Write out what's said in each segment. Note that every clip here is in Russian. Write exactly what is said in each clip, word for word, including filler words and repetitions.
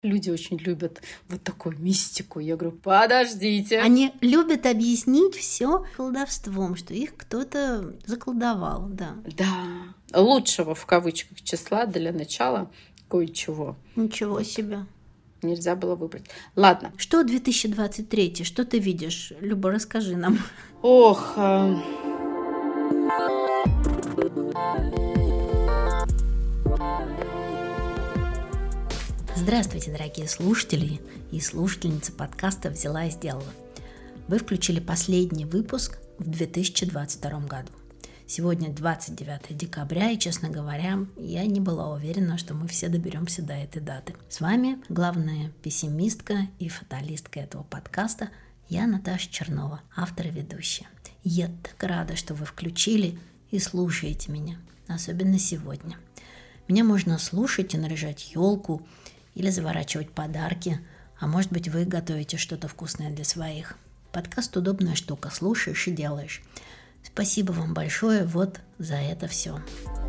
Люди очень любят вот такую мистику. Я говорю, подождите. Они любят объяснить все колдовством, что их кто-то заколдовал, да. Да, лучшего в кавычках числа для начала кое-чего. Ничего вот. себе. Нельзя было выбрать. Ладно. Что две тысячи двадцать третий? Что ты видишь? Люба, расскажи нам. Ох... Э... Здравствуйте, дорогие слушатели и слушательницы подкаста «Взяла и сделала». Вы включили последний выпуск в две тысячи двадцать втором году. Сегодня двадцать девятое декабря, и, честно говоря, я не была уверена, что мы все доберемся до этой даты. С вами главная пессимистка и фаталистка этого подкаста, я Наташа Чернова, автор и ведущая. Я так рада, что вы включили и слушаете меня, особенно сегодня. Меня можно слушать и наряжать елку, или заворачивать подарки, а может быть, вы готовите что-то вкусное для своих. Подкаст – удобная штука, слушаешь и делаешь. Спасибо вам большое вот за это все.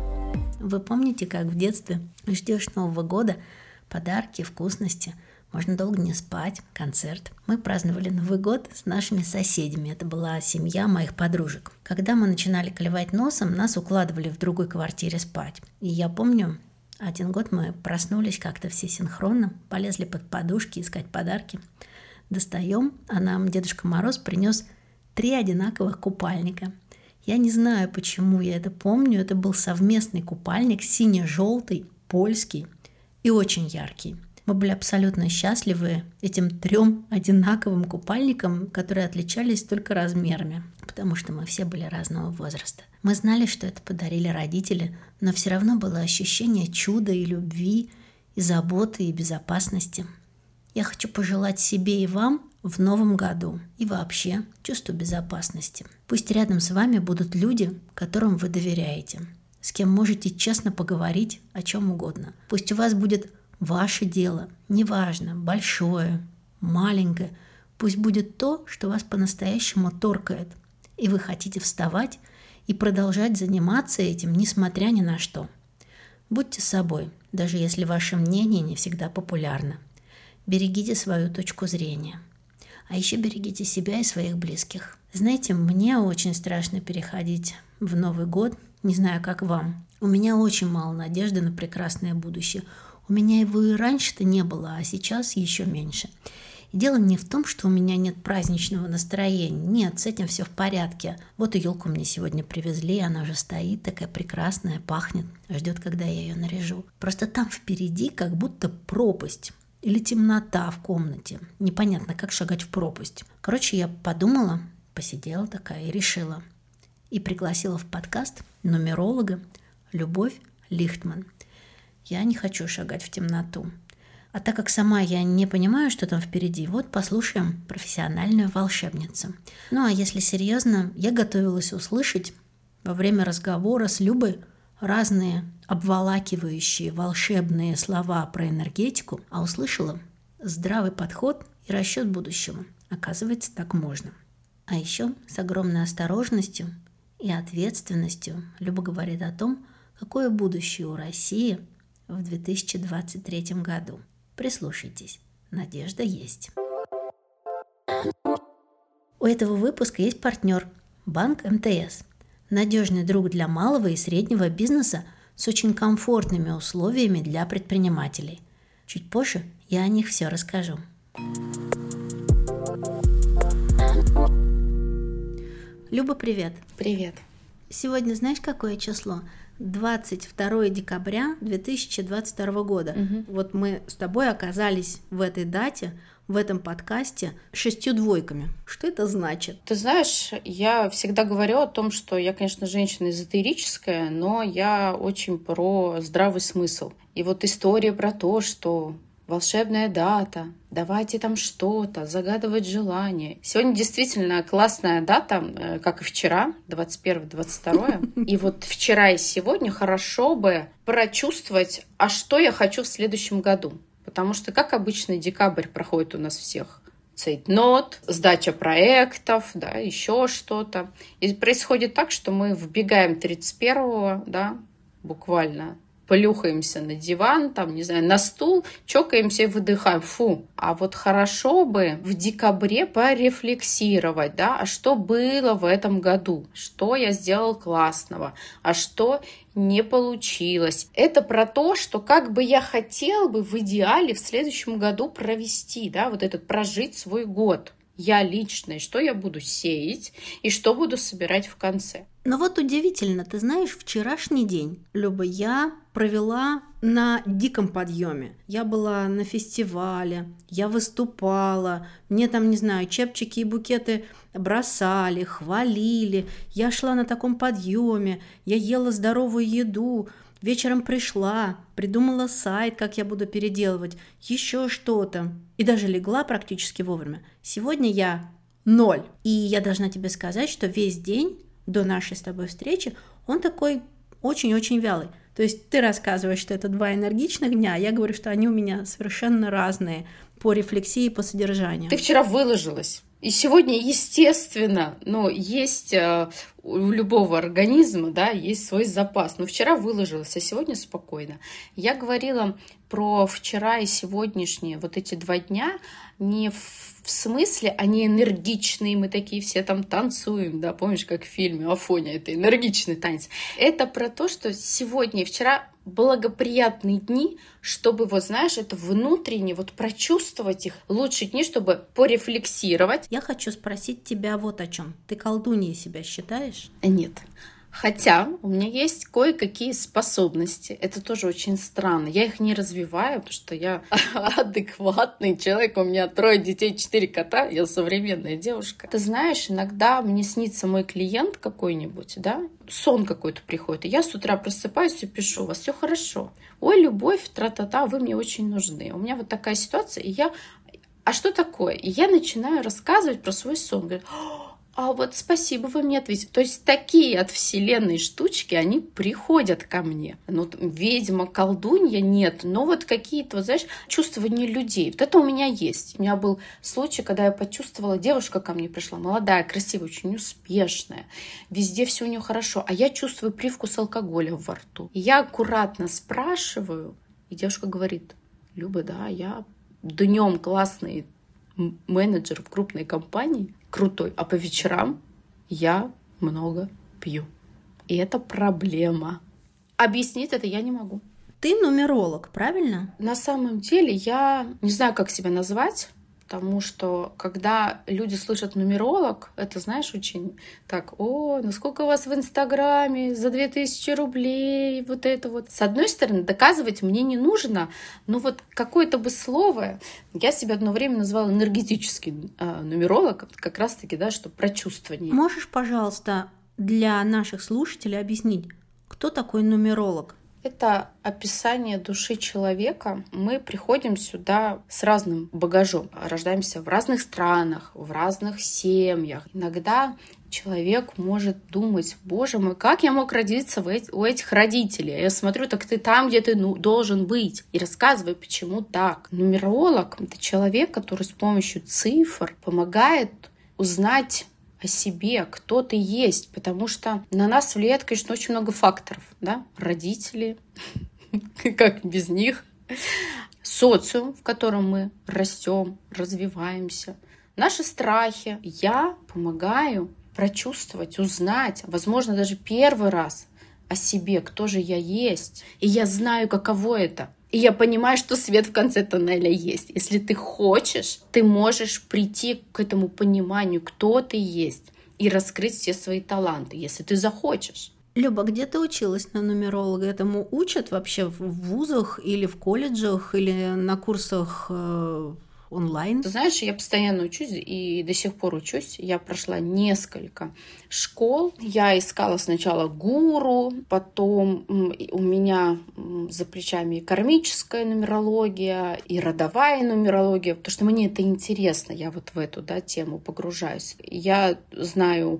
Вы помните, как в детстве ждешь Нового года, подарки, вкусности, можно долго не спать, концерт. Мы праздновали Новый год с нашими соседями, это была семья моих подружек. Когда мы начинали клевать носом, нас укладывали в другой квартире спать. И я помню, один год мы проснулись как-то все синхронно, полезли под подушки искать подарки. Достаем, а нам Дедушка Мороз принес три одинаковых купальника. Я не знаю, почему я это помню. Это был совместный купальник, сине-желтый, польский и очень яркий. Мы были абсолютно счастливы этим трем одинаковым купальникам, которые отличались только размерами, потому что мы все были разного возраста. Мы знали, что это подарили родители, но все равно было ощущение чуда и любви, и заботы, и безопасности. Я хочу пожелать себе и вам в новом году и вообще чувство безопасности. Пусть рядом с вами будут люди, которым вы доверяете, с кем можете честно поговорить о чем угодно. Пусть у вас будет ваше дело, неважно, большое, маленькое, пусть будет то, что вас по-настоящему торкает, и вы хотите вставать и продолжать заниматься этим, несмотря ни на что. Будьте собой, даже если ваше мнение не всегда популярно. Берегите свою точку зрения. А еще берегите себя и своих близких. Знаете, мне очень страшно переходить в Новый год, не знаю, как вам. У меня очень мало надежды на прекрасное будущее. У меня его и раньше-то не было, а сейчас еще меньше. И дело не в том, что у меня нет праздничного настроения. Нет, с этим все в порядке. Вот и елку мне сегодня привезли, она уже стоит, такая прекрасная, пахнет, ждет, когда я ее наряжу. Просто там впереди как будто пропасть или темнота в комнате. Непонятно, как шагать в пропасть. Короче, я подумала, посидела такая и решила. И пригласила в подкаст нумеролога Любовь Лихтман. Я не хочу шагать в темноту. А так как сама я не понимаю, что там впереди, вот послушаем профессиональную волшебницу. Ну а если серьезно, я готовилась услышать во время разговора с Любой разные обволакивающие волшебные слова про энергетику, а услышала здравый подход и расчет будущего. Оказывается, так можно. А еще с огромной осторожностью и ответственностью Люба говорит о том, какое будущее у России в две тысячи двадцать третьем году. Прислушайтесь, надежда есть. У этого выпуска есть партнер – Банк эм тэ эс. Надежный друг для малого и среднего бизнеса с очень комфортными условиями для предпринимателей. Чуть позже я о них все расскажу. Люба, привет. Привет. Сегодня знаешь, какое число? двадцать второе декабря две тысячи двадцать второго года. Угу. Вот мы с тобой оказались в этой дате, в этом подкасте шестью двойками. Что это значит? Ты знаешь, я всегда говорю о том, что я, конечно, женщина эзотерическая, но я очень про здравый смысл. И вот история про то, что волшебная дата, давайте там что-то, загадывать желание. Сегодня действительно классная дата, как и вчера, двадцать первое двадцать второе. И вот вчера и сегодня хорошо бы прочувствовать, а что я хочу в следующем году. Потому что, как обычно, декабрь проходит у нас всех. Цейтнот, сдача проектов, да, еще что-то. И происходит так, что мы вбегаем тридцать первого, да, буквально плюхаемся на диван, там, не знаю, на стул, чокаемся и выдыхаем. Фу. А вот хорошо бы в декабре порефлексировать, да, а что было в этом году, что я сделал классного, а что не получилось. Это про то, что как бы я хотел бы в идеале в следующем году провести, да, вот этот прожить свой год. Я лично, и что я буду сеять, и что буду собирать в конце. Но вот удивительно, ты знаешь, вчерашний день, Люба, я провела на диком подъеме. Я была на фестивале, я выступала, мне там, не знаю, чепчики и букеты бросали, хвалили. Я шла на таком подъеме, я ела здоровую еду. Вечером пришла, придумала сайт, как я буду переделывать, еще что-то. И даже легла практически вовремя. Сегодня я ноль. И я должна тебе сказать, что весь день до нашей с тобой встречи он такой очень-очень вялый. То есть ты рассказываешь, что это два энергичных дня, а я говорю, что они у меня совершенно разные по рефлексии и по содержанию. Ты вчера выложилась. И сегодня, естественно, ну, есть э, у любого организма, да, есть свой запас. Но вчера выложилась, а сегодня спокойно. Я говорила про вчера и сегодняшние вот эти два дня не в в смысле, они энергичные, мы такие все там танцуем, да, помнишь, как в фильме «Афоня», это энергичный танец. Это про то, что сегодня и вчера благоприятные дни, чтобы, вот знаешь, это внутренне вот прочувствовать их, лучшие дни, чтобы порефлексировать. Я хочу спросить тебя вот о чем. Ты колдуньей себя считаешь? Нет. Хотя у меня есть кое-какие способности. Это тоже очень странно. Я их не развиваю, потому что я адекватный человек. У меня трое детей, четыре кота. Я современная девушка. Ты знаешь, иногда мне снится мой клиент какой-нибудь, да? Сон какой-то приходит. И я с утра просыпаюсь и пишу: у вас все хорошо. Ой, любовь, тра-та-та, вы мне очень нужны. У меня вот такая ситуация. И я... А что такое? И я начинаю рассказывать про свой сон. Говорю: а вот спасибо, вы мне ответили. То есть такие от вселенной штучки, они приходят ко мне. Ну, ведьма, колдунья нет, но вот какие-то, вот знаешь, чувствования людей. Вот это у меня есть. У меня был случай, когда я почувствовала, девушка ко мне пришла, молодая, красивая, очень успешная. Везде все у нее хорошо. А я чувствую привкус алкоголя во рту. И я аккуратно спрашиваю, и девушка говорит: Люба, да, я днем классный менеджер в крупной компании, крутой, а по вечерам я много пью. И это проблема. Объяснить это я не могу. Ты нумеролог, правильно? На самом деле я не знаю, как себя назвать, потому что когда люди слышат нумеролог, это, знаешь, очень так: о, ну сколько у вас в Инстаграме, за две тысячи рублей, вот это вот. С одной стороны, доказывать мне не нужно, но вот какое-то бы слово, я себя одно время называла энергетический э, нумеролог, как раз-таки, да, что про чувствование. Можешь, пожалуйста, для наших слушателей объяснить, кто такой нумеролог? Это описание души человека. Мы приходим сюда с разным багажом. Рождаемся в разных странах, в разных семьях. Иногда человек может думать: боже мой, как я мог родиться у этих родителей? Я смотрю, так ты там, где ты ну, должен быть. И рассказывай, почему так. Нумеролог — это человек, который с помощью цифр помогает узнать о себе, кто ты есть, потому что на нас влияет, конечно, очень много факторов, да, родители, как без них, социум, в котором мы растем, развиваемся, наши страхи. Я помогаю прочувствовать, узнать, возможно, даже первый раз о себе, кто же я есть, и я знаю, каково это. И я понимаю, что свет в конце тоннеля есть. Если ты хочешь, ты можешь прийти к этому пониманию, кто ты есть, и раскрыть все свои таланты, если ты захочешь. Люба, где ты училась на нумеролога? Этому учат вообще в вузах или в колледжах, или на курсах э, онлайн? Ты знаешь, я постоянно учусь и до сих пор учусь. Я прошла несколько школ. Я искала сначала гуру, потом у меня за плечами и кармическая нумерология, и родовая нумерология, потому что мне это интересно. Я вот в эту, да, тему погружаюсь. Я знаю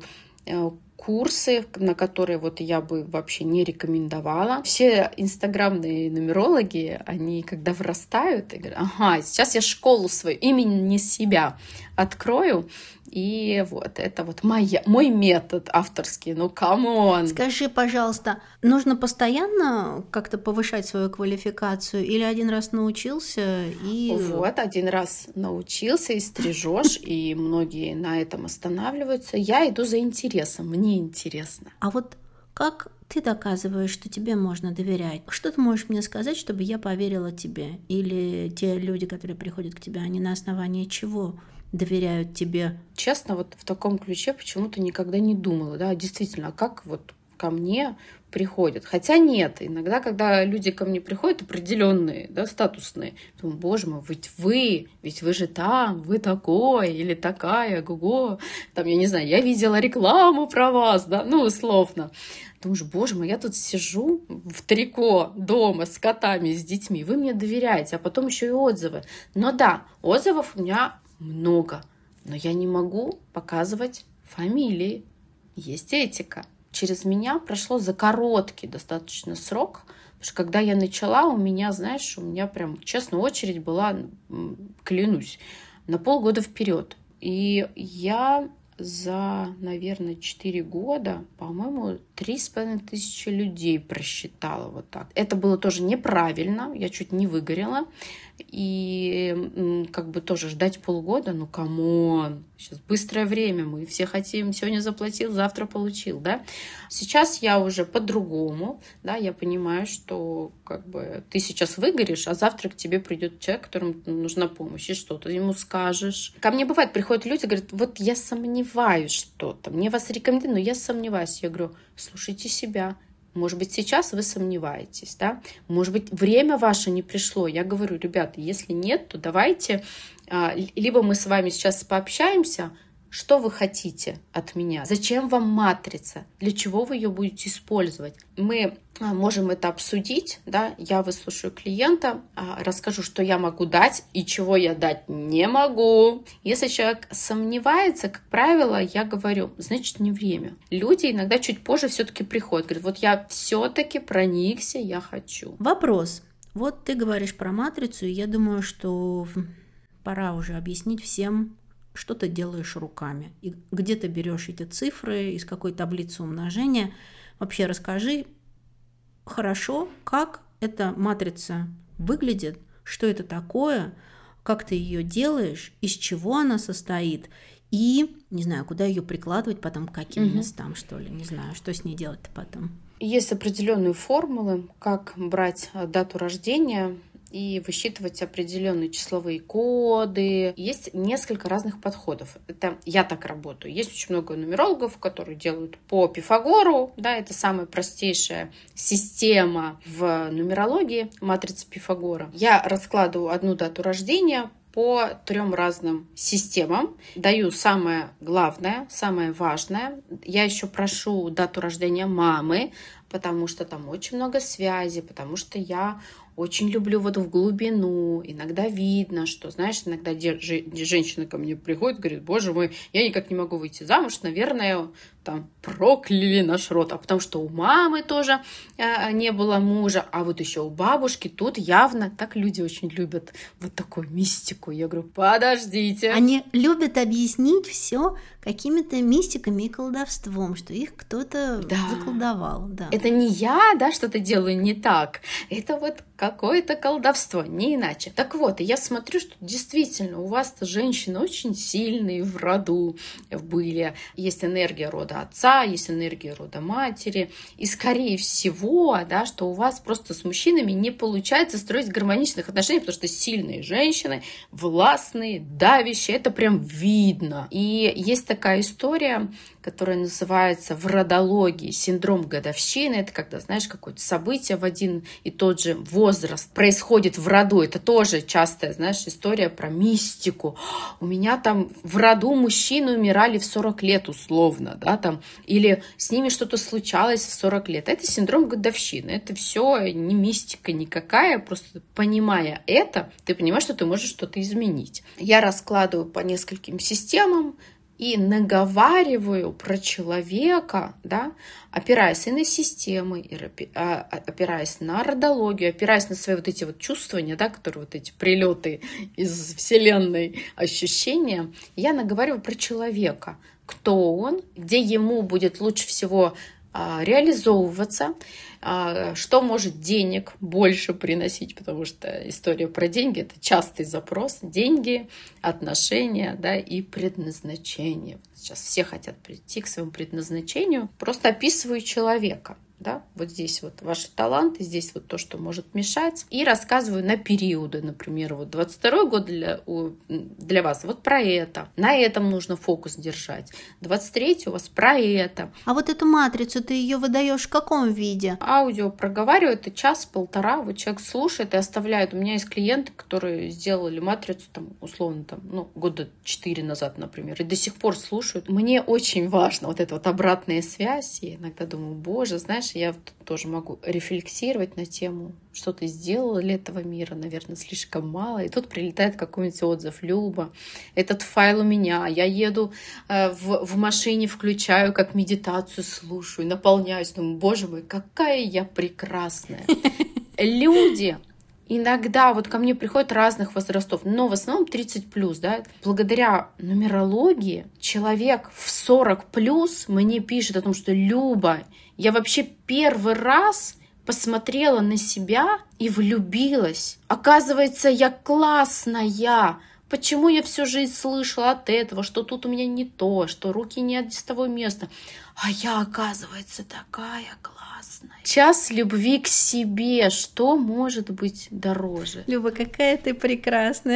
курсы, на которые вот я бы вообще не рекомендовала. Все инстаграмные нумерологи, они когда вырастают, и говорят: ага, сейчас я школу свою, именно не себя, открою. И вот это вот моя, мой метод авторский. Ну, камон! Скажи, пожалуйста, нужно постоянно как-то повышать свою квалификацию или один раз научился и... Вот, один раз научился и стрижешь, и многие на этом останавливаются. Я иду за интересом, мне интересно. А вот как ты доказываешь, что тебе можно доверять? Что ты можешь мне сказать, чтобы я поверила тебе? Или те люди, которые приходят к тебе, они на основании чего доверяют тебе? Честно, вот в таком ключе почему-то никогда не думала, да, действительно, а как вот ко мне приходят. Хотя нет, иногда, когда люди ко мне приходят, определенные, да, статусные, думаю, боже мой, ведь вы, ведь вы же там, вы такой или такая, го-го, там, я не знаю, я видела рекламу про вас, да, ну, условно. Думаешь, боже мой, я тут сижу в трико дома с котами, с детьми, вы мне доверяете, а потом еще и отзывы. Но да, отзывов у меня много, но я не могу показывать фамилии, есть этика. Через меня прошло за короткий достаточно срок, потому что когда я начала, у меня, знаешь, у меня прям, честно, очередь была, клянусь, на полгода вперед. И я за, наверное, четыре года, по-моему, три с половиной тысячи людей просчитала вот так. Это было тоже неправильно, я чуть не выгорела. И как бы тоже ждать полгода, ну камон, сейчас быстрое время, мы все хотим, сегодня заплатил, завтра получил, да. Сейчас я уже по-другому, да, я понимаю, что как бы ты сейчас выгоришь, а завтра к тебе придет человек, которому нужна помощь, и что ты ему скажешь. Ко мне бывает, приходят люди, говорят, вот я сомневаюсь что-то, мне вас рекомендую, но я сомневаюсь. Я говорю, слушайте себя. Может быть, сейчас вы сомневаетесь, да? Может быть, время ваше не пришло. Я говорю, ребята, если нет, то давайте, либо мы с вами сейчас пообщаемся, что вы хотите от меня, зачем вам матрица, для чего вы ее будете использовать. Мы можем это обсудить, да? Я выслушаю клиента, расскажу, что я могу дать и чего я дать не могу. Если человек сомневается, как правило, я говорю, значит, не время. Люди иногда чуть позже все-таки приходят, говорят, вот я все-таки проникся, я хочу. Вопрос. Вот ты говоришь про матрицу, и я думаю, что пора уже объяснить всем, что ты делаешь руками, и где ты берешь эти цифры, из какой таблицы умножения. Вообще расскажи хорошо, как эта матрица выглядит, что это такое, как ты ее делаешь, из чего она состоит, и, не знаю, куда ее прикладывать потом, к каким угу. местам, что ли, не знаю, что с ней делать-то потом. Есть определенные формулы, как брать дату рождения и высчитывать определенные числовые коды. Есть несколько разных подходов. Это я так работаю. Есть очень много нумерологов, которые делают по Пифагору. Да, это самая простейшая система в нумерологии, матрица Пифагора. Я раскладываю одну дату рождения по трем разным системам. Даю самое главное, самое важное. Я еще прошу дату рождения мамы, потому что там очень много связи, потому что я очень люблю вот в глубину. Иногда видно, что, знаешь, иногда женщина ко мне приходит, говорит, боже мой, я никак не могу выйти замуж, наверное, там прокляли наш род, а потому что у мамы тоже э, не было мужа, а вот еще у бабушки тут явно, так люди очень любят вот такую мистику. Я говорю, подождите. Они любят объяснить все какими-то мистиками и колдовством, что их кто-то да. заколдовал. Да. Это не я, да, что-то делаю не так, это вот какое-то колдовство, не иначе. Так вот, и я смотрю, что действительно у вас-то женщины очень сильные в роду были, есть энергия рода отца, есть энергия рода матери. И, скорее всего, да, что у вас просто с мужчинами не получается строить гармоничных отношений, потому что сильные женщины, властные, давящие, это прям видно. И есть такая история, которая называется в родологии синдром годовщины. Это когда, знаешь, какое-то событие в один и тот же возраст происходит в роду. Это тоже частая, знаешь, история про мистику. У меня там в роду мужчины умирали в сорок лет условно, да, там, или с ними что-то случалось в сорок лет. Это синдром годовщины. Это все не мистика никакая, просто понимая это, ты понимаешь, что ты можешь что-то изменить. Я раскладываю по нескольким системам, и наговариваю про человека, да, опираясь и на системы, и опираясь на родологию, опираясь на свои вот эти вот чувствования, да, которые вот эти прилеты из Вселенной, ощущения, я наговариваю про человека, кто он, где ему будет лучше всего реализовываться, что может денег больше приносить, потому что история про деньги — это частый запрос. Деньги, отношения, да, и предназначение. Сейчас все хотят прийти к своему предназначению. Просто описываю человека. Да? Вот здесь вот ваши таланты, здесь вот то, что может мешать. И рассказываю на периоды, например, вот двадцать второй год для, для вас вот про это. На этом нужно фокус держать. двадцать третий у вас про это. А вот эту матрицу ты ее выдаешь в каком виде? Аудио проговариваю, это час-полтора, вот человек слушает и оставляет. У меня есть клиенты, которые сделали матрицу, там, условно, там, ну, года четыре назад, например, и до сих пор слушают. Мне очень важно вот эта вот обратная связь. Я иногда думаю, боже, знаешь, я тоже могу рефлексировать на тему, что ты сделала для этого мира, наверное, слишком мало. И тут прилетает какой-нибудь отзыв: Люба, этот файл у меня, я еду э, в, в машине, включаю, как медитацию слушаю, наполняюсь, думаю, боже мой, какая я прекрасная. Люди иногда вот ко мне приходят разных возрастов, но в основном тридцать плюс, да. Благодаря нумерологии человек в сорок плюс мне пишет о том, что Люба, я вообще первый раз посмотрела на себя и влюбилась. Оказывается, я классная. Почему я всю жизнь слышала от этого, что тут у меня не то, что руки не от того места. А я, оказывается, такая классная. Час любви к себе. Что может быть дороже? Люба, какая ты прекрасная.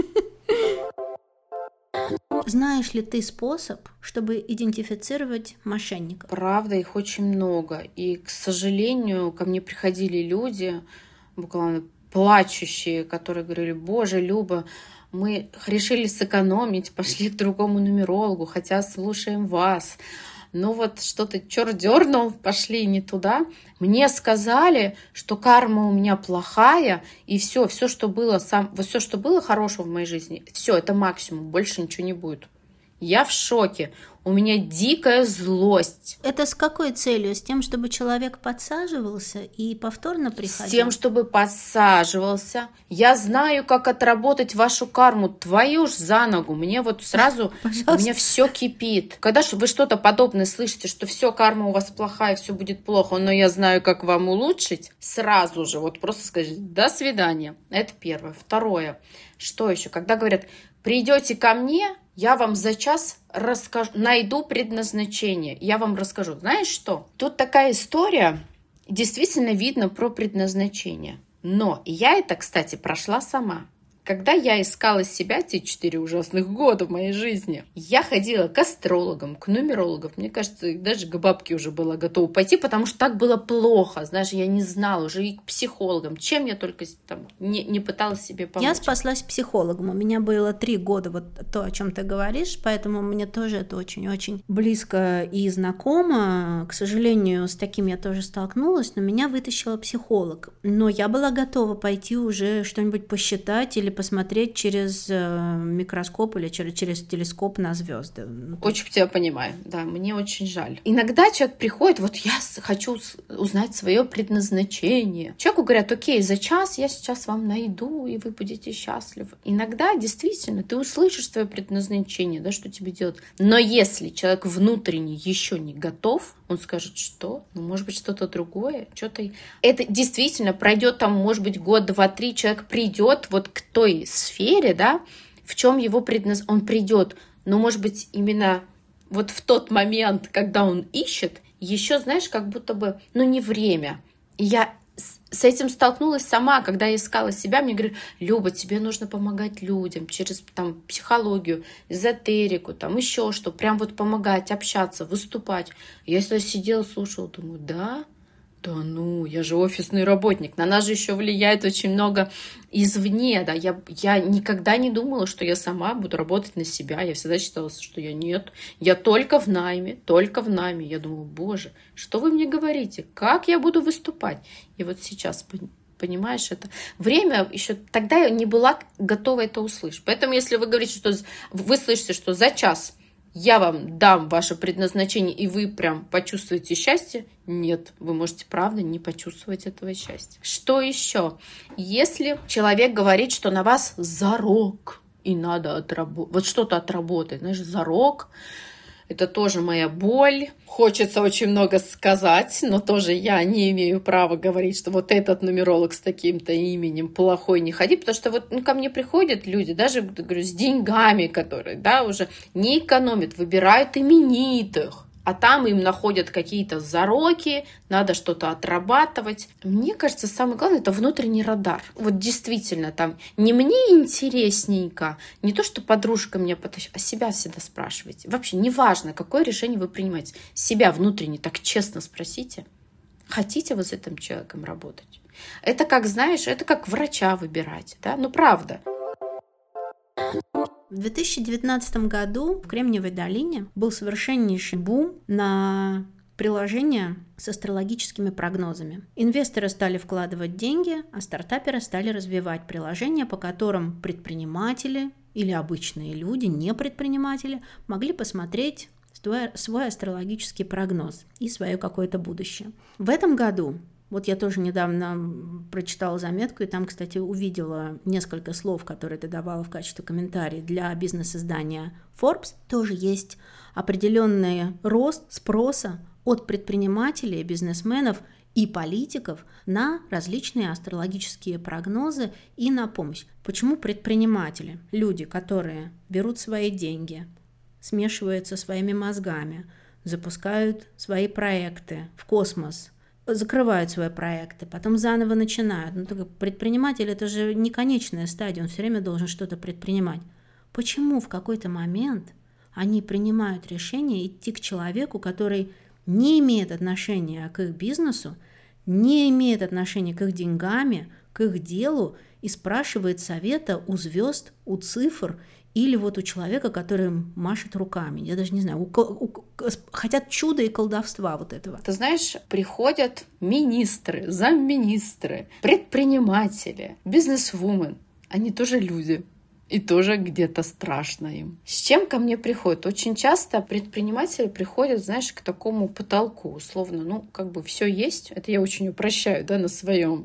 Знаешь ли ты способ, чтобы идентифицировать мошенников? Правда, их очень много. И, к сожалению, ко мне приходили люди, буквально плачущие, которые говорили: боже, Люба, мы решили сэкономить, пошли к другому нумерологу, хотя слушаем вас. Ну вот что-то черт дернул, пошли не туда. Мне сказали, что карма у меня плохая, и все, все, что было, сам, все, что было хорошего в моей жизни, все, это максимум, больше ничего не будет. Я в шоке. У меня дикая злость. Это с какой целью? С тем, чтобы человек подсаживался и повторно приходил? С тем, чтобы подсаживался. Я знаю, как отработать вашу карму. Твою ж за ногу. Мне вот сразу, у меня все кипит. Когда вы что-то подобное слышите, что все, карма у вас плохая, все будет плохо, но я знаю, как вам улучшить, сразу же вот просто скажите: до свидания. Это первое. Второе. Что еще? Когда говорят: придете ко мне, я вам за час расскажу, найду предназначение. Я вам расскажу. Знаешь что? Тут такая история, действительно видно про предназначение. Но я это, кстати, прошла сама. Когда я искала себя те четыре ужасных года в моей жизни, я ходила к астрологам, к нумерологам. Мне кажется, даже к бабке уже была готова пойти, потому что так было плохо. Знаешь, я не знала уже, и к психологам. Чем я только там не, не пыталась себе помочь. Я спаслась психологом. У меня было три года вот то, о чем ты говоришь, поэтому мне тоже это очень-очень близко и знакомо. К сожалению, с таким я тоже столкнулась, но меня вытащила психолог. Но я была готова пойти уже что-нибудь посчитать или посмотреть через микроскоп или через, через телескоп на звезды. Очень тебя понимаю, да, мне очень жаль. Иногда человек приходит: вот я хочу узнать свое предназначение. Человеку говорят: окей, за час я сейчас вам найду, и вы будете счастливы. Иногда действительно ты услышишь свое предназначение, да, что тебе делать. Но если человек внутренне еще не готов, он скажет: что? Ну, может быть, что-то другое, что-то. Это действительно пройдет там, может быть, год, два, три, человек придет вот к той сфере, да, в чем его предназначение. Он придет, но, может быть, именно вот в тот момент, когда он ищет, еще, знаешь, как будто бы, ну, не время. И я с этим столкнулась сама, когда я искала себя. Мне говорят: Люба, тебе нужно помогать людям через там психологию, эзотерику, там еще что, прям вот помогать, общаться, выступать. Я сюда сидела, слушала, думаю: да, да ну, я же офисный работник, на нас же еще влияет очень много извне, да, я, я никогда не думала, что я сама буду работать на себя, я всегда считала, что я нет, я только в найме, только в найме. Я думала: боже, что вы мне говорите, как я буду выступать? И вот сейчас, понимаешь, это время еще тогда я не была готова это услышать. Поэтому если вы говорите, что вы слышите, что за час я вам дам ваше предназначение, и вы прям почувствуете счастье? Нет, вы можете, правда, не почувствовать этого счастья. Что еще? Если человек говорит, что на вас зарок, и надо отработать, вот что-то отработать, знаешь, зарок, это тоже моя боль. Хочется очень много сказать, но тоже я не имею права говорить, что вот этот нумеролог с таким-то именем плохой, не ходи, потому что вот ну, ко мне приходят люди, даже говорю, с деньгами, которые да, уже не экономят, выбирают именитых. А там им находят какие-то зароки, надо что-то отрабатывать. Мне кажется, самое главное — это внутренний радар. Вот действительно там не мне интересненько, не то, что подружка меня потащит, а себя всегда спрашивайте. Вообще неважно, какое решение вы принимаете. Себя внутренне так честно спросите, хотите вы с этим человеком работать. Это как, знаешь, это как врача выбирать, да? Ну правда. В две тысячи девятнадцатом году в Кремниевой долине был совершеннейший бум на приложения с астрологическими прогнозами. Инвесторы стали вкладывать деньги, а стартаперы стали развивать приложения, по которым предприниматели или обычные люди, не предприниматели, могли посмотреть свой, свой астрологический прогноз и свое какое-то будущее. В этом году вот я тоже недавно прочитала заметку, и там, кстати, увидела несколько слов, которые ты давала в качестве комментариев для бизнес-издания Forbes. Тоже есть определенный рост спроса от предпринимателей, бизнесменов и политиков на различные астрологические прогнозы и на помощь. Почему предприниматели, люди, которые берут свои деньги, смешиваются своими мозгами, запускают свои проекты в космос, закрывают свои проекты, потом заново начинают. Ну, только предприниматель — это же не конечная стадия, он все время должен что-то предпринимать. Почему в какой-то момент они принимают решение идти к человеку, который не имеет отношения к их бизнесу, не имеет отношения к их деньгам, к их делу, и спрашивает совета у звезд, у цифр или вот у человека, который машет руками. Я даже не знаю, у, у, хотят чуда и колдовства вот этого. Ты знаешь, приходят министры, замминистры, предприниматели, бизнесвумен. Они тоже люди. И тоже где-то страшно им. С чем ко мне приходят? Очень часто предприниматели приходят, знаешь, к такому потолку. Условно, ну, как бы все есть. Это я очень упрощаю, да, на своем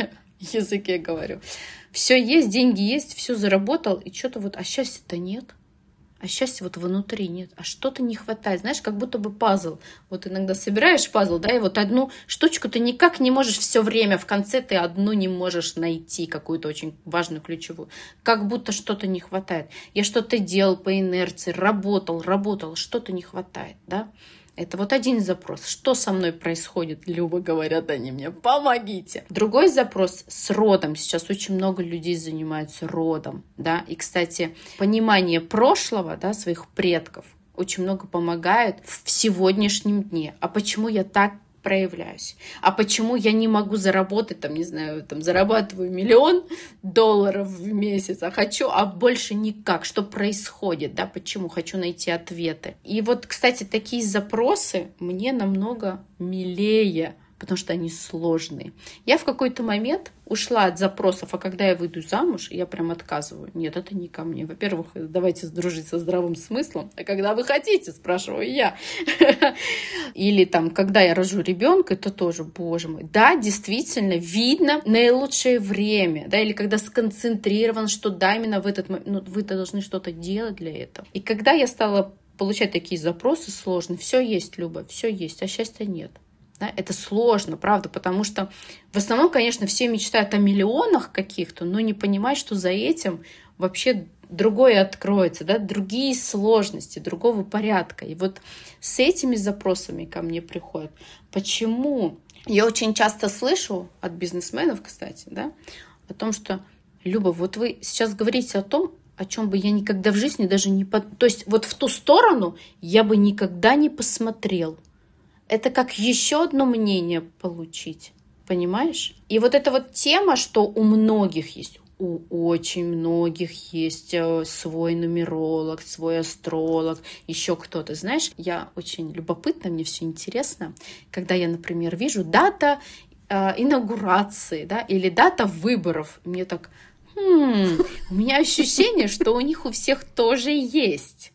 языке говорю. Все есть, деньги есть, все заработал, и что-то вот, а счастья-то нет. А счастья вот внутри нет. А что-то не хватает. Знаешь, как будто бы пазл. Вот иногда собираешь пазл, да, и вот одну штучку ты никак не можешь все время. В конце ты одну не можешь найти, какую-то очень важную, ключевую. Как будто что-то не хватает. Я что-то делал по инерции, работал, работал, что-то не хватает, да. Это вот один запрос. Что со мной происходит? Люба, говорят они мне, помогите. Другой запрос с родом. Сейчас очень много людей занимаются родом, да. И, кстати, понимание прошлого, да, своих предков очень много помогает в сегодняшнем дне. А почему я так проявляюсь? А почему я не могу заработать, там, не знаю, там, зарабатываю миллион долларов в месяц, а хочу, а больше никак. Что происходит, да, почему? Хочу найти ответы. И вот, кстати, такие запросы мне намного милее, потому что они сложные. Я в какой-то момент ушла от запросов, а когда я выйду замуж, я прям отказываю. Нет, это не ко мне. Во-первых, давайте дружить со здравым смыслом. А когда вы хотите, спрашиваю я. Или там, когда я рожу ребенка, это тоже, боже мой. Да, действительно, видно наилучшее время. Да, или когда сконцентрирован, что да, именно в этот момент. Ну, вы-то должны что-то делать для этого. И когда я стала получать такие запросы сложные, все есть, Люба, все есть, а счастья нет. Да, это сложно, правда, потому что в основном, конечно, все мечтают о миллионах каких-то, но не понимают, что за этим вообще другое откроется, да, другие сложности, другого порядка. И вот с этими запросами ко мне приходят. Почему? Я очень часто слышу от бизнесменов, кстати, да, о том, что, Люба, вот вы сейчас говорите о том, о чем бы я никогда в жизни даже не... Под... То есть вот в ту сторону я бы никогда не посмотрел. Это как еще одно мнение получить, понимаешь? И вот эта вот тема, что у многих есть, у очень многих есть свой нумеролог, свой астролог, еще кто-то, знаешь, я очень любопытна, мне все интересно, когда я, например, вижу дата э, инаугурации, да, или дата выборов, мне так, хм, у меня ощущение, что у них у всех тоже есть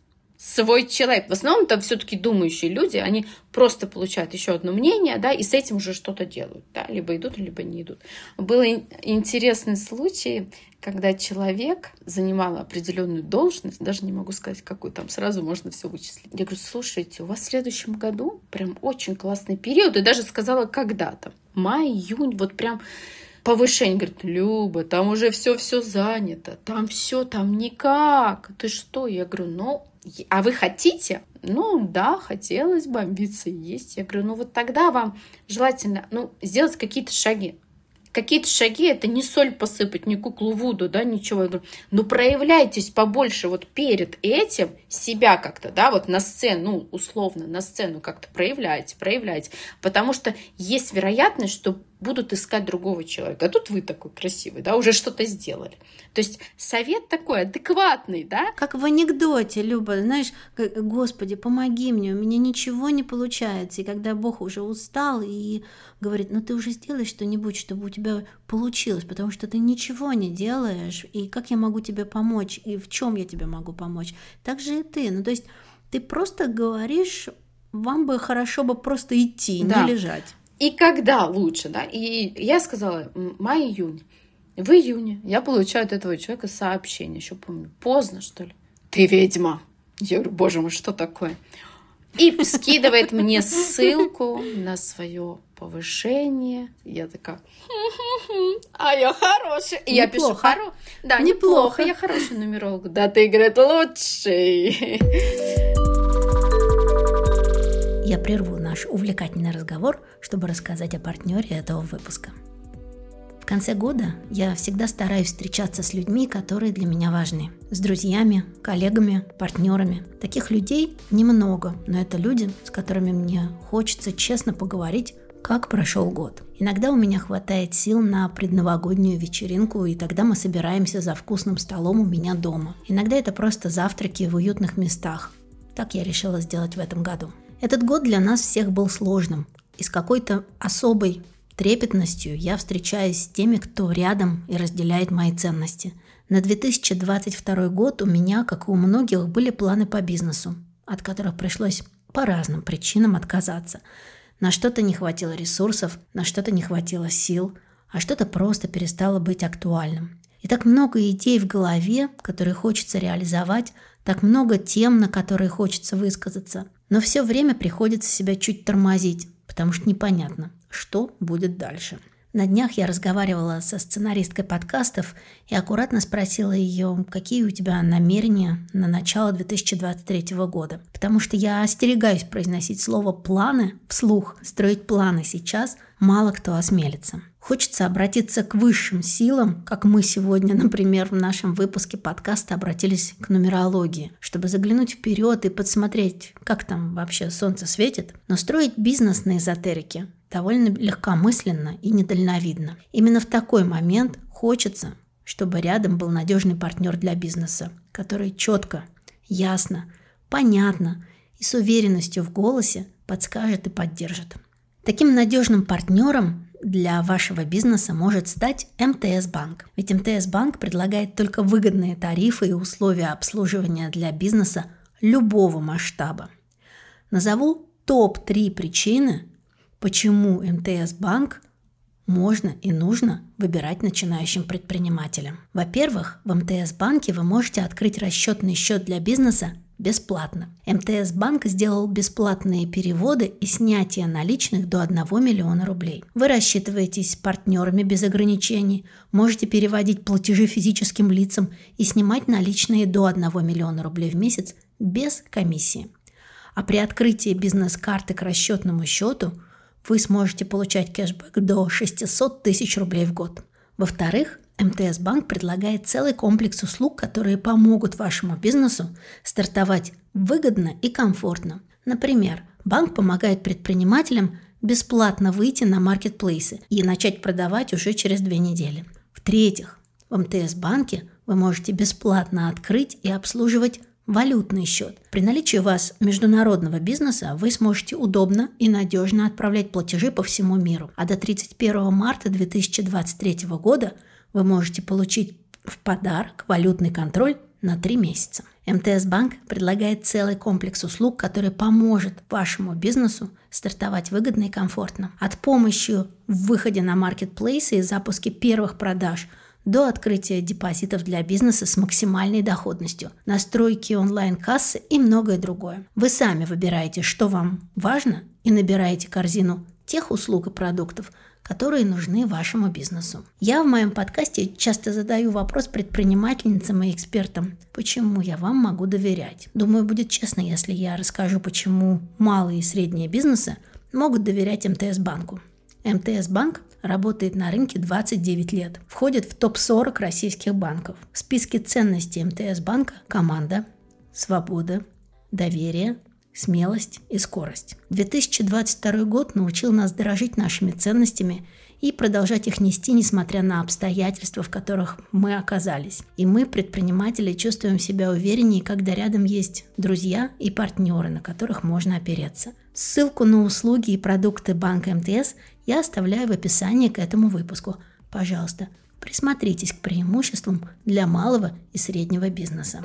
свой человек. В основном там все-таки думающие люди, они просто получают еще одно мнение, да, и с этим уже что-то делают, да, либо идут, либо не идут. Был интересный случай, когда человек занимал определенную должность, даже не могу сказать, какую, там сразу можно все вычислить. Я говорю, слушайте, у вас в следующем году прям очень классный период, и даже сказала, когда там, май, июнь, вот прям повышение. Говорит, Люба, там уже все-все занято, там все, там никак. Ты что? Я говорю, ну, а вы хотите? Ну, да, хотелось бы, амбиции есть. Я говорю, ну вот тогда вам желательно, ну, сделать какие-то шаги. Какие-то шаги — это не соль посыпать, не куклу Вуду, да, ничего. Я говорю, ну, проявляйтесь побольше вот перед этим, себя как-то, да, вот на сцену, ну, условно, на сцену как-то проявляйте, проявляйте. Потому что есть вероятность, что будут искать другого человека. А тут вы такой красивый, да, уже что-то сделали. То есть совет такой адекватный, да? Как в анекдоте, Люба, знаешь, Господи, помоги мне, у меня ничего не получается. И когда Бог уже устал и говорит, ну ты уже сделай что-нибудь, чтобы у тебя получилось, потому что ты ничего не делаешь, и как я могу тебе помочь, и в чем я тебе могу помочь. Так же и ты. Ну то есть ты просто говоришь, вам бы хорошо бы просто идти, да. Не лежать. И когда лучше, да? И я сказала, май-июнь. В июне я получаю от этого человека сообщение, еще помню, поздно, что ли? Ты ведьма. Я говорю, боже мой, что такое? И скидывает мне ссылку на свое повышение. Я такая, а я хорошая. И я пишу, хоро... да, неплохо, я хороший нумеролог. Да, ты, говорит, лучший. Я прерву наш увлекательный разговор, чтобы рассказать о партнере этого выпуска. В конце года я всегда стараюсь встречаться с людьми, которые для меня важны. С друзьями, коллегами, партнерами. Таких людей немного, но это люди, с которыми мне хочется честно поговорить, как прошел год. Иногда у меня хватает сил на предновогоднюю вечеринку, и тогда мы собираемся за вкусным столом у меня дома. Иногда это просто завтраки в уютных местах. Так я решила сделать в этом году. Этот год для нас всех был сложным, и с какой-то особой трепетностью я встречаюсь с теми, кто рядом и разделяет мои ценности. На две тысячи двадцать второй год у меня, как и у многих, были планы по бизнесу, от которых пришлось по разным причинам отказаться. На что-то не хватило ресурсов, на что-то не хватило сил, а что-то просто перестало быть актуальным. И так много идей в голове, которые хочется реализовать, так много тем, на которые хочется высказаться. Но все время приходится себя чуть тормозить, потому что непонятно, что будет дальше. На днях я разговаривала со сценаристкой подкастов и аккуратно спросила ее, какие у тебя намерения на начало две тысячи двадцать третьего года. Потому что я остерегаюсь произносить слово «планы» вслух. Строить планы сейчас мало кто осмелится. Хочется обратиться к высшим силам, как мы сегодня, например, в нашем выпуске подкаста обратились к нумерологии, чтобы заглянуть вперед и подсмотреть, как там вообще солнце светит. Но строить бизнес на эзотерике довольно легкомысленно и недальновидно. Именно в такой момент хочется, чтобы рядом был надежный партнер для бизнеса, который четко, ясно, понятно и с уверенностью в голосе подскажет и поддержит. Таким надежным партнером для вашего бизнеса может стать эм тэ эс банк. Ведь эм тэ эс банк предлагает только выгодные тарифы и условия обслуживания для бизнеса любого масштаба. Назову топ три причины, почему эм тэ эс банк можно и нужно выбирать начинающим предпринимателям. Во-первых, в эм тэ эс банке вы можете открыть расчетный счет для бизнеса бесплатно. эм тэ эс банк сделал бесплатные переводы и снятие наличных до одного миллиона рублей. Вы рассчитываетесь с партнерами без ограничений, можете переводить платежи физическим лицам и снимать наличные до одного миллиона рублей в месяц без комиссии. А при открытии бизнес-карты к расчетному счету вы сможете получать кэшбэк до шестьсот тысяч рублей в год. Во-вторых, эм тэ эс банк предлагает целый комплекс услуг, которые помогут вашему бизнесу стартовать выгодно и комфортно. Например, банк помогает предпринимателям бесплатно выйти на маркетплейсы и начать продавать уже через две недели. В-третьих, в эм тэ эс банке вы можете бесплатно открыть и обслуживать валютный счет. При наличии у вас международного бизнеса вы сможете удобно и надежно отправлять платежи по всему миру. А до тридцать первого марта две тысячи двадцать третьего года вы можете получить в подарок валютный контроль на три месяца. эм тэ эс Банк предлагает целый комплекс услуг, который поможет вашему бизнесу стартовать выгодно и комфортно. От помощи в выходе на маркетплейсы и запуске первых продаж до открытия депозитов для бизнеса с максимальной доходностью, настройки онлайн-кассы и многое другое. Вы сами выбираете, что вам важно, и набираете корзину тех услуг и продуктов, которые нужны вашему бизнесу. Я в моем подкасте часто задаю вопрос предпринимательницам и экспертам, почему я вам могу доверять. Думаю, будет честно, если я расскажу, почему малые и средние бизнесы могут доверять эм тэ эс Банку. эм тэ эс Банк работает на рынке двадцать девять лет, входит в топ сорок российских банков. В списке ценностей эм тэ эс Банка команда, свобода, доверие, смелость и скорость. две тысячи двадцать второй год научил нас дорожить нашими ценностями и продолжать их нести, несмотря на обстоятельства, в которых мы оказались. И мы, предприниматели, чувствуем себя увереннее, когда рядом есть друзья и партнеры, на которых можно опереться. Ссылку на услуги и продукты банка эм тэ эс я оставляю в описании к этому выпуску. Пожалуйста, присмотритесь к преимуществам для малого и среднего бизнеса.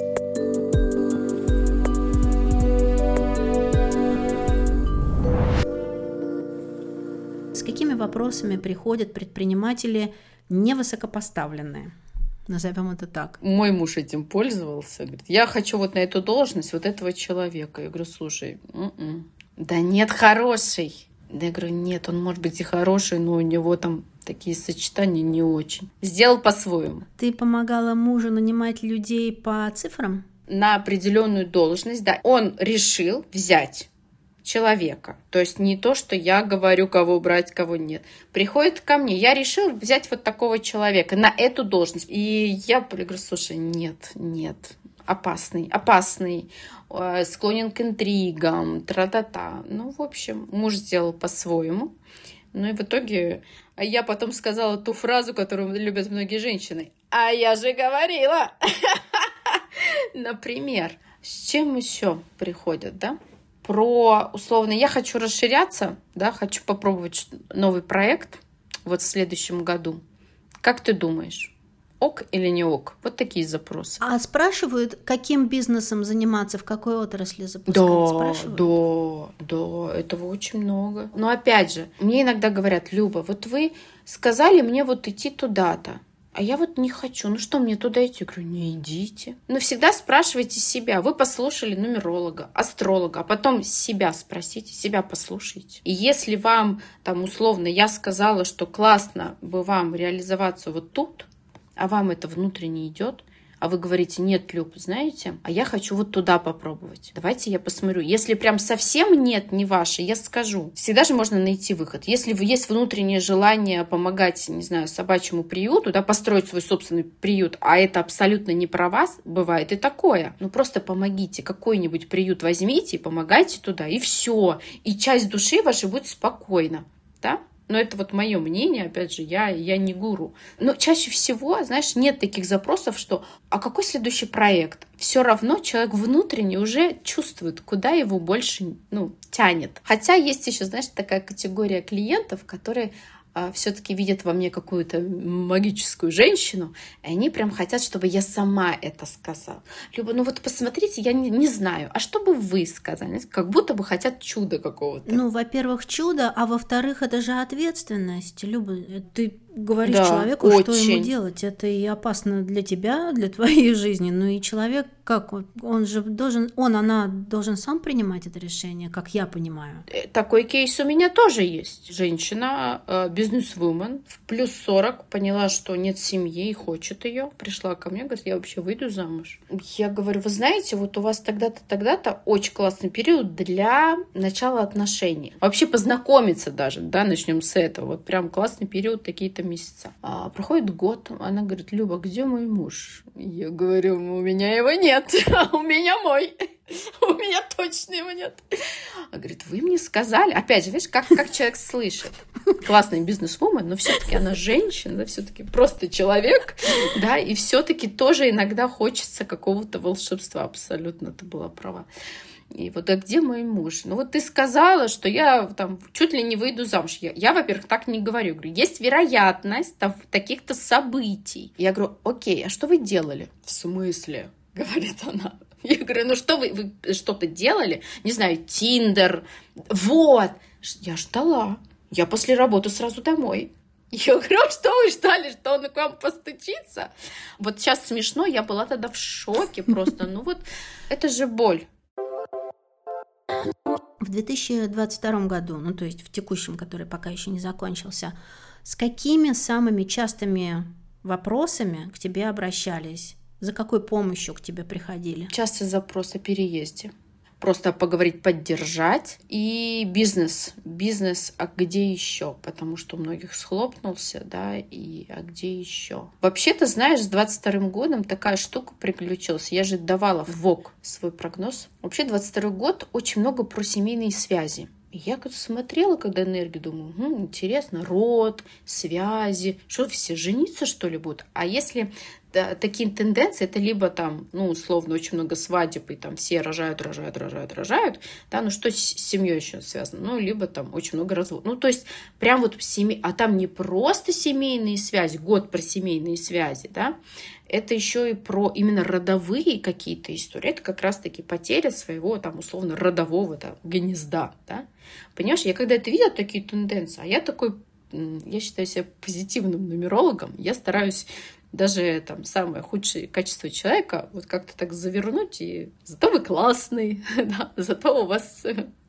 С какими вопросами приходят предприниматели невысокопоставленные? Назовем это так. Мой муж этим пользовался. Говорит, я хочу вот на эту должность вот этого человека. Я говорю, слушай, м-м. да нет, хороший. Да я говорю, нет, он может быть и хороший, но у него там такие сочетания не очень. Сделал по-своему. Ты помогала мужу нанимать людей по цифрам? На определенную должность, да. Он решил взять человека. То есть не то, что я говорю, кого брать, кого нет. Приходит ко мне, я решил взять вот такого человека на эту должность. И я говорю, слушай, нет, нет, опасный, опасный, склонен к интригам, тра-та-та. Ну, в общем, муж сделал по-своему. Ну и в итоге я потом сказала ту фразу, которую любят многие женщины. А я же говорила! Например, с чем еще приходят, да? Про, условно, я хочу расширяться, да, хочу попробовать новый проект вот в следующем году. Как ты думаешь, ок или не ок? Вот такие запросы. А спрашивают, каким бизнесом заниматься, в какой отрасли запускать? Да, спрашивают? да, да, этого очень много. Но опять же, мне иногда говорят, Люба, вот вы сказали мне вот идти туда-то. А я вот не хочу. Ну что мне туда идти? Я говорю, не идите. Но всегда спрашивайте себя. Вы послушали нумеролога, астролога, а потом себя спросите, себя послушайте. И если вам там условно я сказала, что классно бы вам реализоваться вот тут, а вам это внутренне идет, а вы говорите, нет, Люб, знаете, а я хочу вот туда попробовать. Давайте я посмотрю. Если прям совсем нет, не ваше, я скажу. Всегда же можно найти выход. Если есть внутреннее желание помогать, не знаю, собачьему приюту, да, построить свой собственный приют, а это абсолютно не про вас, бывает и такое. Ну просто помогите, какой-нибудь приют возьмите и помогайте туда, и все. И часть души вашей будет спокойна, да? Но это вот мое мнение, опять же, я, я не гуру. Но чаще всего, знаешь, нет таких запросов, что «а какой следующий проект?» Все равно человек внутренне уже чувствует, куда его больше, ну, тянет. Хотя есть еще, знаешь, такая категория клиентов, которые а, все-таки видят во мне какую-то магическую женщину, и они прям хотят, чтобы я сама это сказала. Люба, ну вот посмотрите, я не, не знаю, а что бы вы сказали? Как будто бы хотят чуда какого-то. Ну, во-первых, чудо, а во-вторых, это же ответственность. Люба, ты говоришь да, человеку, очень. что ему делать. Это и опасно для тебя, для твоей жизни. Ну и человек, как он же должен, он, она должен сам принимать это решение, как я понимаю. Такой кейс у меня тоже есть. Женщина, бизнес-вумен, в плюс сорок, поняла, что нет семьи и хочет ее. Пришла ко мне, говорит, я вообще выйду замуж. Я говорю, вы знаете, вот у вас тогда-то, тогда-то очень классный период для начала отношений. Вообще познакомиться даже, да, начнем с этого. Вот прям классный период, такие-то месяца. А, проходит год, она говорит, Люба, где мой муж? Я говорю, у меня его нет, а у меня мой. У меня точно его нет. Она говорит, вы мне сказали. Опять же, видишь, как, как человек слышит. Классный бизнес-вумен, но все-таки она женщина, да, все-таки просто человек, да, и все-таки тоже иногда хочется какого-то волшебства. Абсолютно, ты была права. И вот, а где мой муж? Ну вот ты сказала, что я там чуть ли не выйду замуж. Я, я во-первых, так не говорю. Говорю, есть вероятность там, таких-то событий. Я говорю, окей, а что вы делали? В смысле? Говорит она. Я говорю, ну что вы, вы что-то делали? Не знаю, Тиндер. Вот. Я ждала. Я после работы сразу домой. Я говорю, что вы ждали, что он к вам постучится? Вот сейчас смешно, я была тогда в шоке просто. Ну вот, это же боль. В две тысячи двадцать втором году, ну то есть в текущем, который пока еще не закончился, с какими самыми частыми вопросами к тебе обращались? За какой помощью к тебе приходили? Частый запрос о переезде. Просто поговорить, поддержать. И бизнес. Бизнес, а где еще? Потому что у многих схлопнулся, да, и а где еще? Вообще-то, знаешь, с двадцать вторым годом такая штука приключилась. Я же давала в ВОК свой прогноз. Вообще, двадцать второй год очень много про семейные связи. И я как-то смотрела, когда энергию, думаю, хм, интересно, род, связи, что все жениться, что ли, будут? А если да, такие тенденции, это либо там, ну, условно, очень много свадеб, и там все рожают, рожают, рожают, рожают, да, ну, что с семьей еще связано? Ну, либо там очень много разводов. Ну, то есть, прям вот семей, а там не просто семейные связи, год про семейные связи, да, это еще и про именно родовые какие-то истории. Это как раз-таки потеря своего, там, условно, родового там, гнезда, да. Понимаешь, я когда это видела, такие тенденции, а я такой, я считаю себя позитивным нумерологом, я стараюсь даже там самое худшее качество человека вот как-то так завернуть, и зато вы классный, да, зато у вас,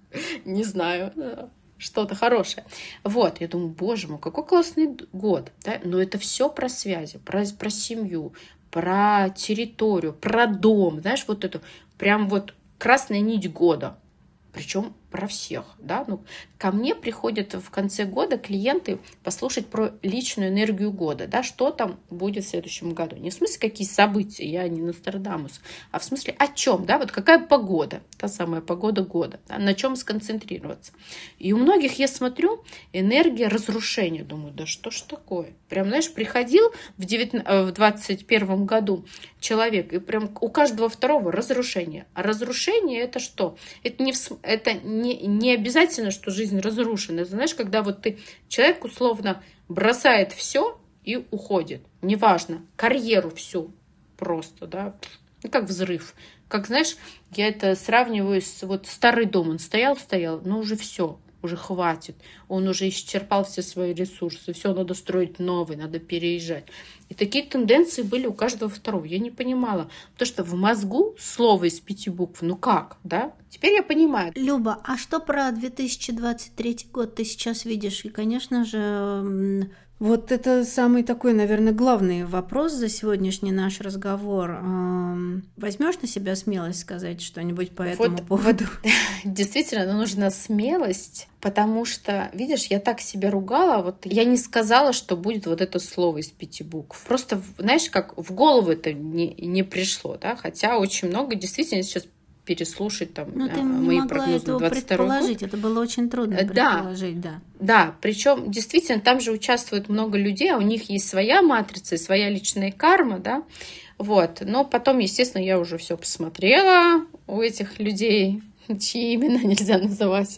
не знаю, что-то хорошее. Вот, я думаю, боже мой, какой классный год, да, но это все про связи, про, про семью, про территорию, про дом, знаешь, вот это прям вот красная нить года, причем про всех, да, ну, ко мне приходят в конце года клиенты послушать про личную энергию года, да, что там будет в следующем году. Не в смысле, какие события, я не Нострадамус, а в смысле, о чем, да, вот какая погода, та самая погода года, да, на чем сконцентрироваться. И у многих, я смотрю, энергия разрушения, думаю, да что ж такое? Прям, знаешь, приходил в, девятнадцатом, в двадцать первом году человек, и прям у каждого второго разрушение. А разрушение это что? Это не, в, это не Не, не обязательно, что жизнь разрушена. Это, знаешь, когда вот ты, человек условно бросает все и уходит. Неважно, карьеру всю просто, да, ну, как взрыв. Как, знаешь, я это сравниваю с вот старый дом. Он стоял, стоял, но уже все, уже хватит. Он уже исчерпал все свои ресурсы. Все, надо строить новый, надо переезжать. И такие тенденции были у каждого второго. Я не понимала. Потому что в мозгу слово из пяти букв. Ну как, да? Теперь я понимаю. Люба, а что про две тысячи двадцать третий год ты сейчас видишь? И, конечно же, вот это самый такой, наверное, главный вопрос за сегодняшний наш разговор. Возьмешь на себя смелость сказать что-нибудь по этому вот, поводу? Вот, действительно, нужна смелость, потому что, видишь, я так себя ругала, вот я не сказала, что будет вот это слово из пяти букв. Просто, знаешь, как в голову это не, не пришло, да, хотя очень много действительно сейчас переслушать там Но ты мои не могла прогнозы этого на двадцать второй предположить, год. Это было очень трудно Да, предположить, да. Да, причем действительно там же участвует много людей, а у них есть своя матрица и своя личная карма, да, вот. Но потом, естественно, я уже все посмотрела у этих людей, чьи имена нельзя называть,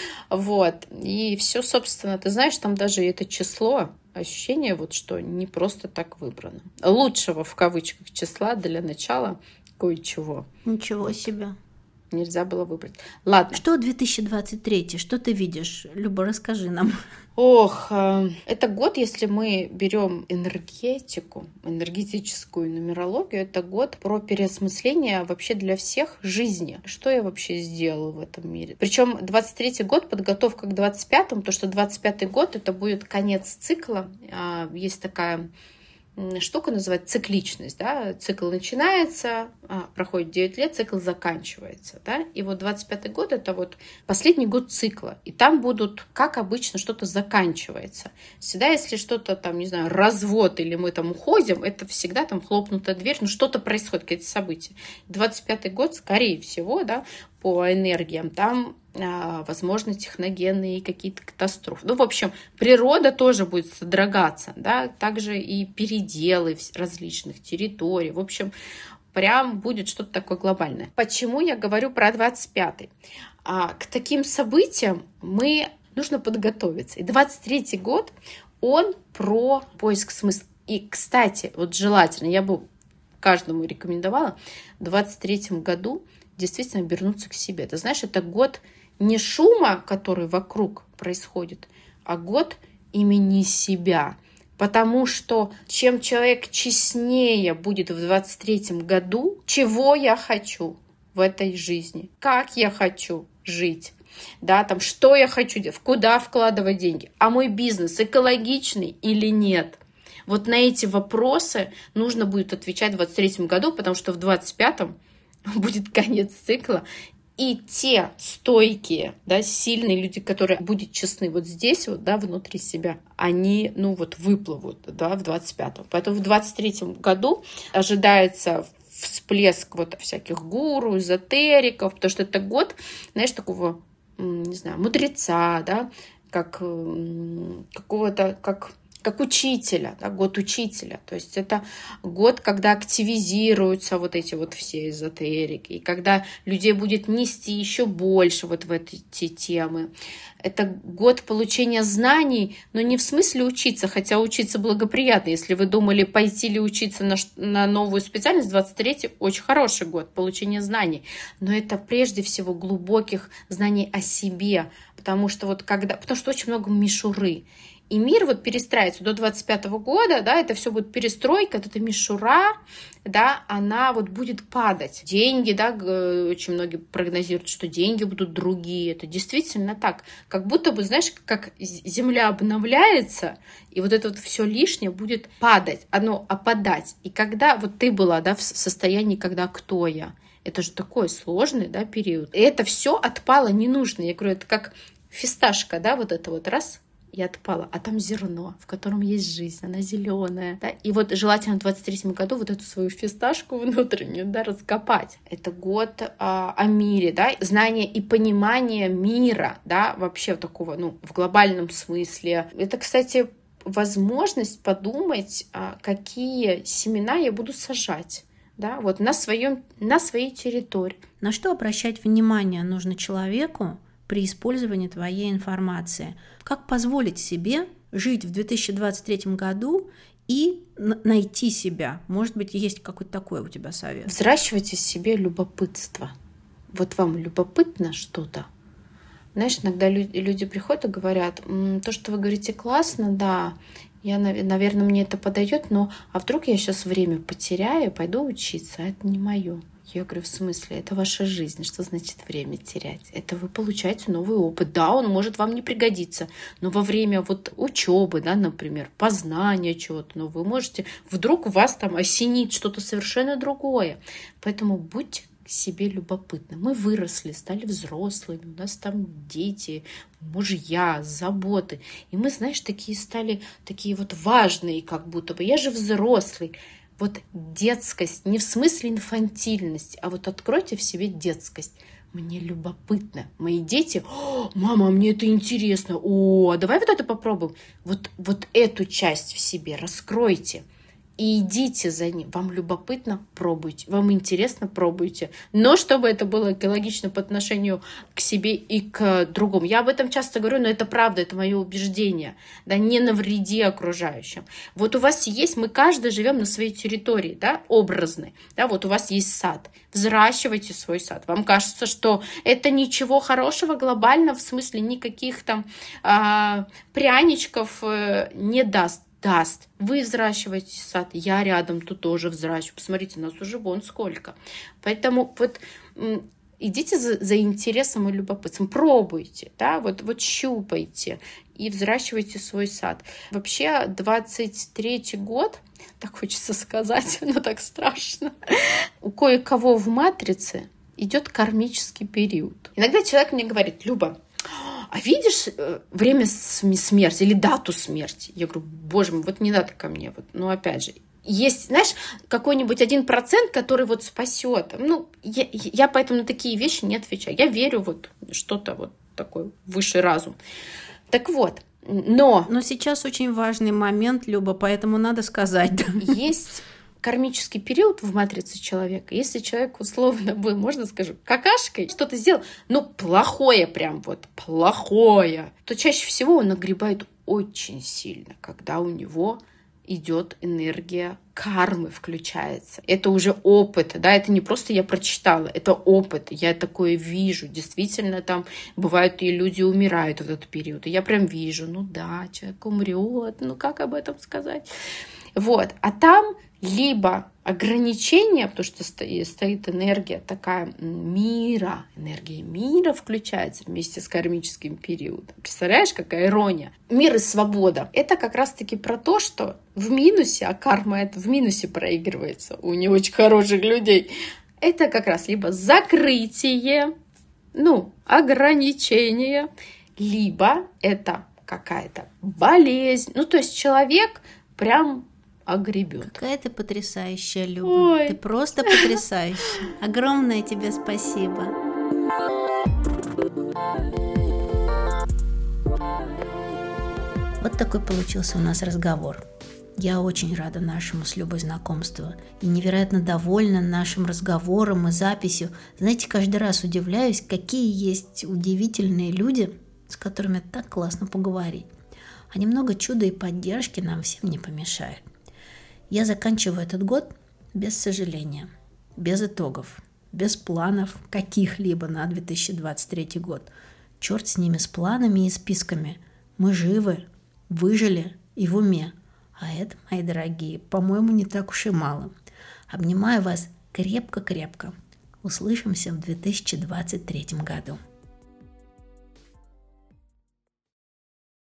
вот. И все, собственно, ты знаешь, там даже это число, ощущение вот, что не просто так выбрано. Лучшего в кавычках числа для начала кое-чего. Ничего себе. Нельзя было выбрать. Ладно. Что две тысячи двадцать третий? Что ты видишь? Люба, расскажи нам. Ох, это год, если мы берем энергетику, энергетическую нумерологию, это год про переосмысление вообще для всех жизни. Что я вообще сделала в этом мире? Причем двадцать третий год, подготовка к двадцать пятому, то, что двадцать пятый год, это будет конец цикла. Есть такая штука, называется цикличность, да, цикл начинается, а, проходит девять лет, цикл заканчивается, да, и вот двадцать пятый год это вот последний год цикла, и там будут, как обычно, что-то заканчивается. Всегда, если что-то там, не знаю, развод или мы там уходим, это всегда там хлопнутая дверь, ну что-то происходит, какие-то события. двадцать пятый год, скорее всего, да, по энергиям, там, а, возможно, техногенные какие-то катастрофы. Ну, в общем, природа тоже будет содрогаться, да, также и переделы различных территорий. В общем, прям будет что-то такое глобальное. Почему я говорю про двадцать пятый? А, к таким событиям мы нужно подготовиться. И двадцать третий год, он про поиск смысла. И, кстати, вот желательно, я бы каждому рекомендовала в двадцать третьем году действительно вернуться к себе. Ты знаешь, это год не шума, который вокруг происходит, а год имени себя. Потому что чем человек честнее будет в двадцать третьем году, чего я хочу в этой жизни, как я хочу жить, да, там, что я хочу делать, куда вкладывать деньги, а мой бизнес экологичный или нет. Вот на эти вопросы нужно будет отвечать в двадцать третьем году, потому что в двадцать пятом будет конец цикла. И те стойкие, да, сильные люди, которые будут честны вот здесь, вот, да, внутри себя, они, ну, вот выплывут, да, в двадцать пятом. Поэтому в двадцать третьем году ожидается всплеск вот всяких гуру, эзотериков, потому что это год, знаешь, такого, не знаю, мудреца, да, как какого-то, как... как учителя, да, год учителя. То есть это год, когда активизируются вот эти вот все эзотерики, и когда людей будет нести еще больше вот в эти темы. Это год получения знаний, но не в смысле учиться, хотя учиться благоприятно. Если вы думали, пойти ли учиться на, на новую специальность, двадцать третий очень хороший год получения знаний. Но это прежде всего глубоких знаний о себе, потому что вот когда, потому что очень много мишуры. И мир вот перестраивается до двадцать пятого года, да, это все будет перестройка, вот эта мишура, да, она вот будет падать. Деньги, да, очень многие прогнозируют, что деньги будут другие. Это действительно так. Как будто бы, знаешь, как земля обновляется, и вот это вот все лишнее будет падать, оно опадать. И когда вот ты была, да, в состоянии, когда кто я? Это же такой сложный, да, период. И это все отпало ненужное. Я говорю, это как фисташка, да, вот это вот раз — и отпала, а там зерно, в котором есть жизнь, она зеленая, да? И вот желательно в двадцать третьем году вот эту свою фисташку внутреннюю, да, раскопать. Это год а, о мире, да, знание и понимание мира, да, вообще такого, ну, в глобальном смысле. Это, кстати, возможность подумать, а, какие семена я буду сажать, да, вот на своем, на своей территории. На что обращать внимание нужно человеку при использовании твоей информации? Как позволить себе жить в две тысячи двадцать третьем году и найти себя? Может быть, есть какой-то такой у тебя совет? Взращивайте в себе любопытство. Вот вам любопытно что-то. Знаешь, иногда люди приходят и говорят, то, что вы говорите, классно, да, я, наверное, мне это подойдет, но а вдруг я сейчас время потеряю, пойду учиться, а это не мое. Я говорю, в смысле, это ваша жизнь. Что значит время терять? Это вы получаете новый опыт. Да, он может вам не пригодиться, но во время вот учебы, да, например, познания чего-то, но вы можете, вдруг у вас там осенит что-то совершенно другое. Поэтому будьте к себе любопытны. Мы выросли, стали взрослыми, у нас там дети, мужья, заботы. И мы, знаешь, такие стали, такие вот важные, как будто бы. Я же взрослый. Вот детскость, не в смысле инфантильности, а вот откройте в себе детскость. Мне любопытно. Мои дети, мама, мне это интересно. О, давай вот это попробуем. Вот, вот эту часть в себе раскройте. И идите за ним. Вам любопытно, пробуйте. Вам интересно, пробуйте. Но чтобы это было экологично по отношению к себе и к другому. Я об этом часто говорю, но это правда, это мое убеждение. Да, не навреди окружающим. Вот у вас есть, мы каждый живем на своей территории, да, образной. Да, вот у вас есть сад. Взращивайте свой сад. Вам кажется, что это ничего хорошего глобально, в смысле никаких там а, пряничков а, не даст. Даст. Вы взращиваете сад, я рядом тут тоже взращиваю. Посмотрите, нас уже вон сколько. Поэтому вот идите за, за интересом и любопытством, пробуйте, да, вот, вот щупайте и взращивайте свой сад. Вообще двадцать третий год, так хочется сказать, но так страшно, у кое-кого в матрице идет кармический период. Иногда человек мне говорит, Люба, а видишь время смерти или дату смерти? Я говорю, боже мой, вот не надо ко мне. Вот. Ну, опять же, есть, знаешь, какой-нибудь один процент, который вот спасет. Ну, я, я поэтому на такие вещи не отвечаю. Я верю вот что-то вот такое, высший разум. Так вот, но... Но сейчас очень важный момент, Люба, поэтому надо сказать. Есть кармический период в матрице человека, если человек условно был, можно скажу, какашкой, что-то сделал, но плохое прям вот, плохое, то чаще всего он нагребает очень сильно, когда у него идет энергия кармы, включается. Это уже опыт, да, это не просто я прочитала, это опыт, я такое вижу. Действительно, там бывают и люди умирают в этот период, и я прям вижу, ну да, человек умрет, ну как об этом сказать? Вот, а там либо ограничения, потому что стоит энергия такая мира, энергия мира включается вместе с кармическим периодом. Представляешь, какая ирония? Мир и свобода. Это как раз-таки про то, что в минусе, а карма это в минусе проигрывается у не очень хороших людей. Это как раз либо закрытие, ну, ограничение, либо это какая-то болезнь. Ну, то есть человек прям огребет. Какая ты потрясающая, Люба. Ой. Ты просто потрясающая. Огромное тебе спасибо. Вот такой получился у нас разговор. Я очень рада нашему с Любой знакомству и невероятно довольна нашим разговором и записью. Знаете, каждый раз удивляюсь, какие есть удивительные люди, с которыми так классно поговорить. А немного чуда и поддержки нам всем не помешает. Я заканчиваю этот год без сожаления, без итогов, без планов каких-либо на две тысячи двадцать третий год. Черт с ними, с планами и списками. Мы живы, выжили и в уме. А это, мои дорогие, по-моему, не так уж и мало. Обнимаю вас крепко-крепко. Услышимся в две тысячи двадцать третьем году.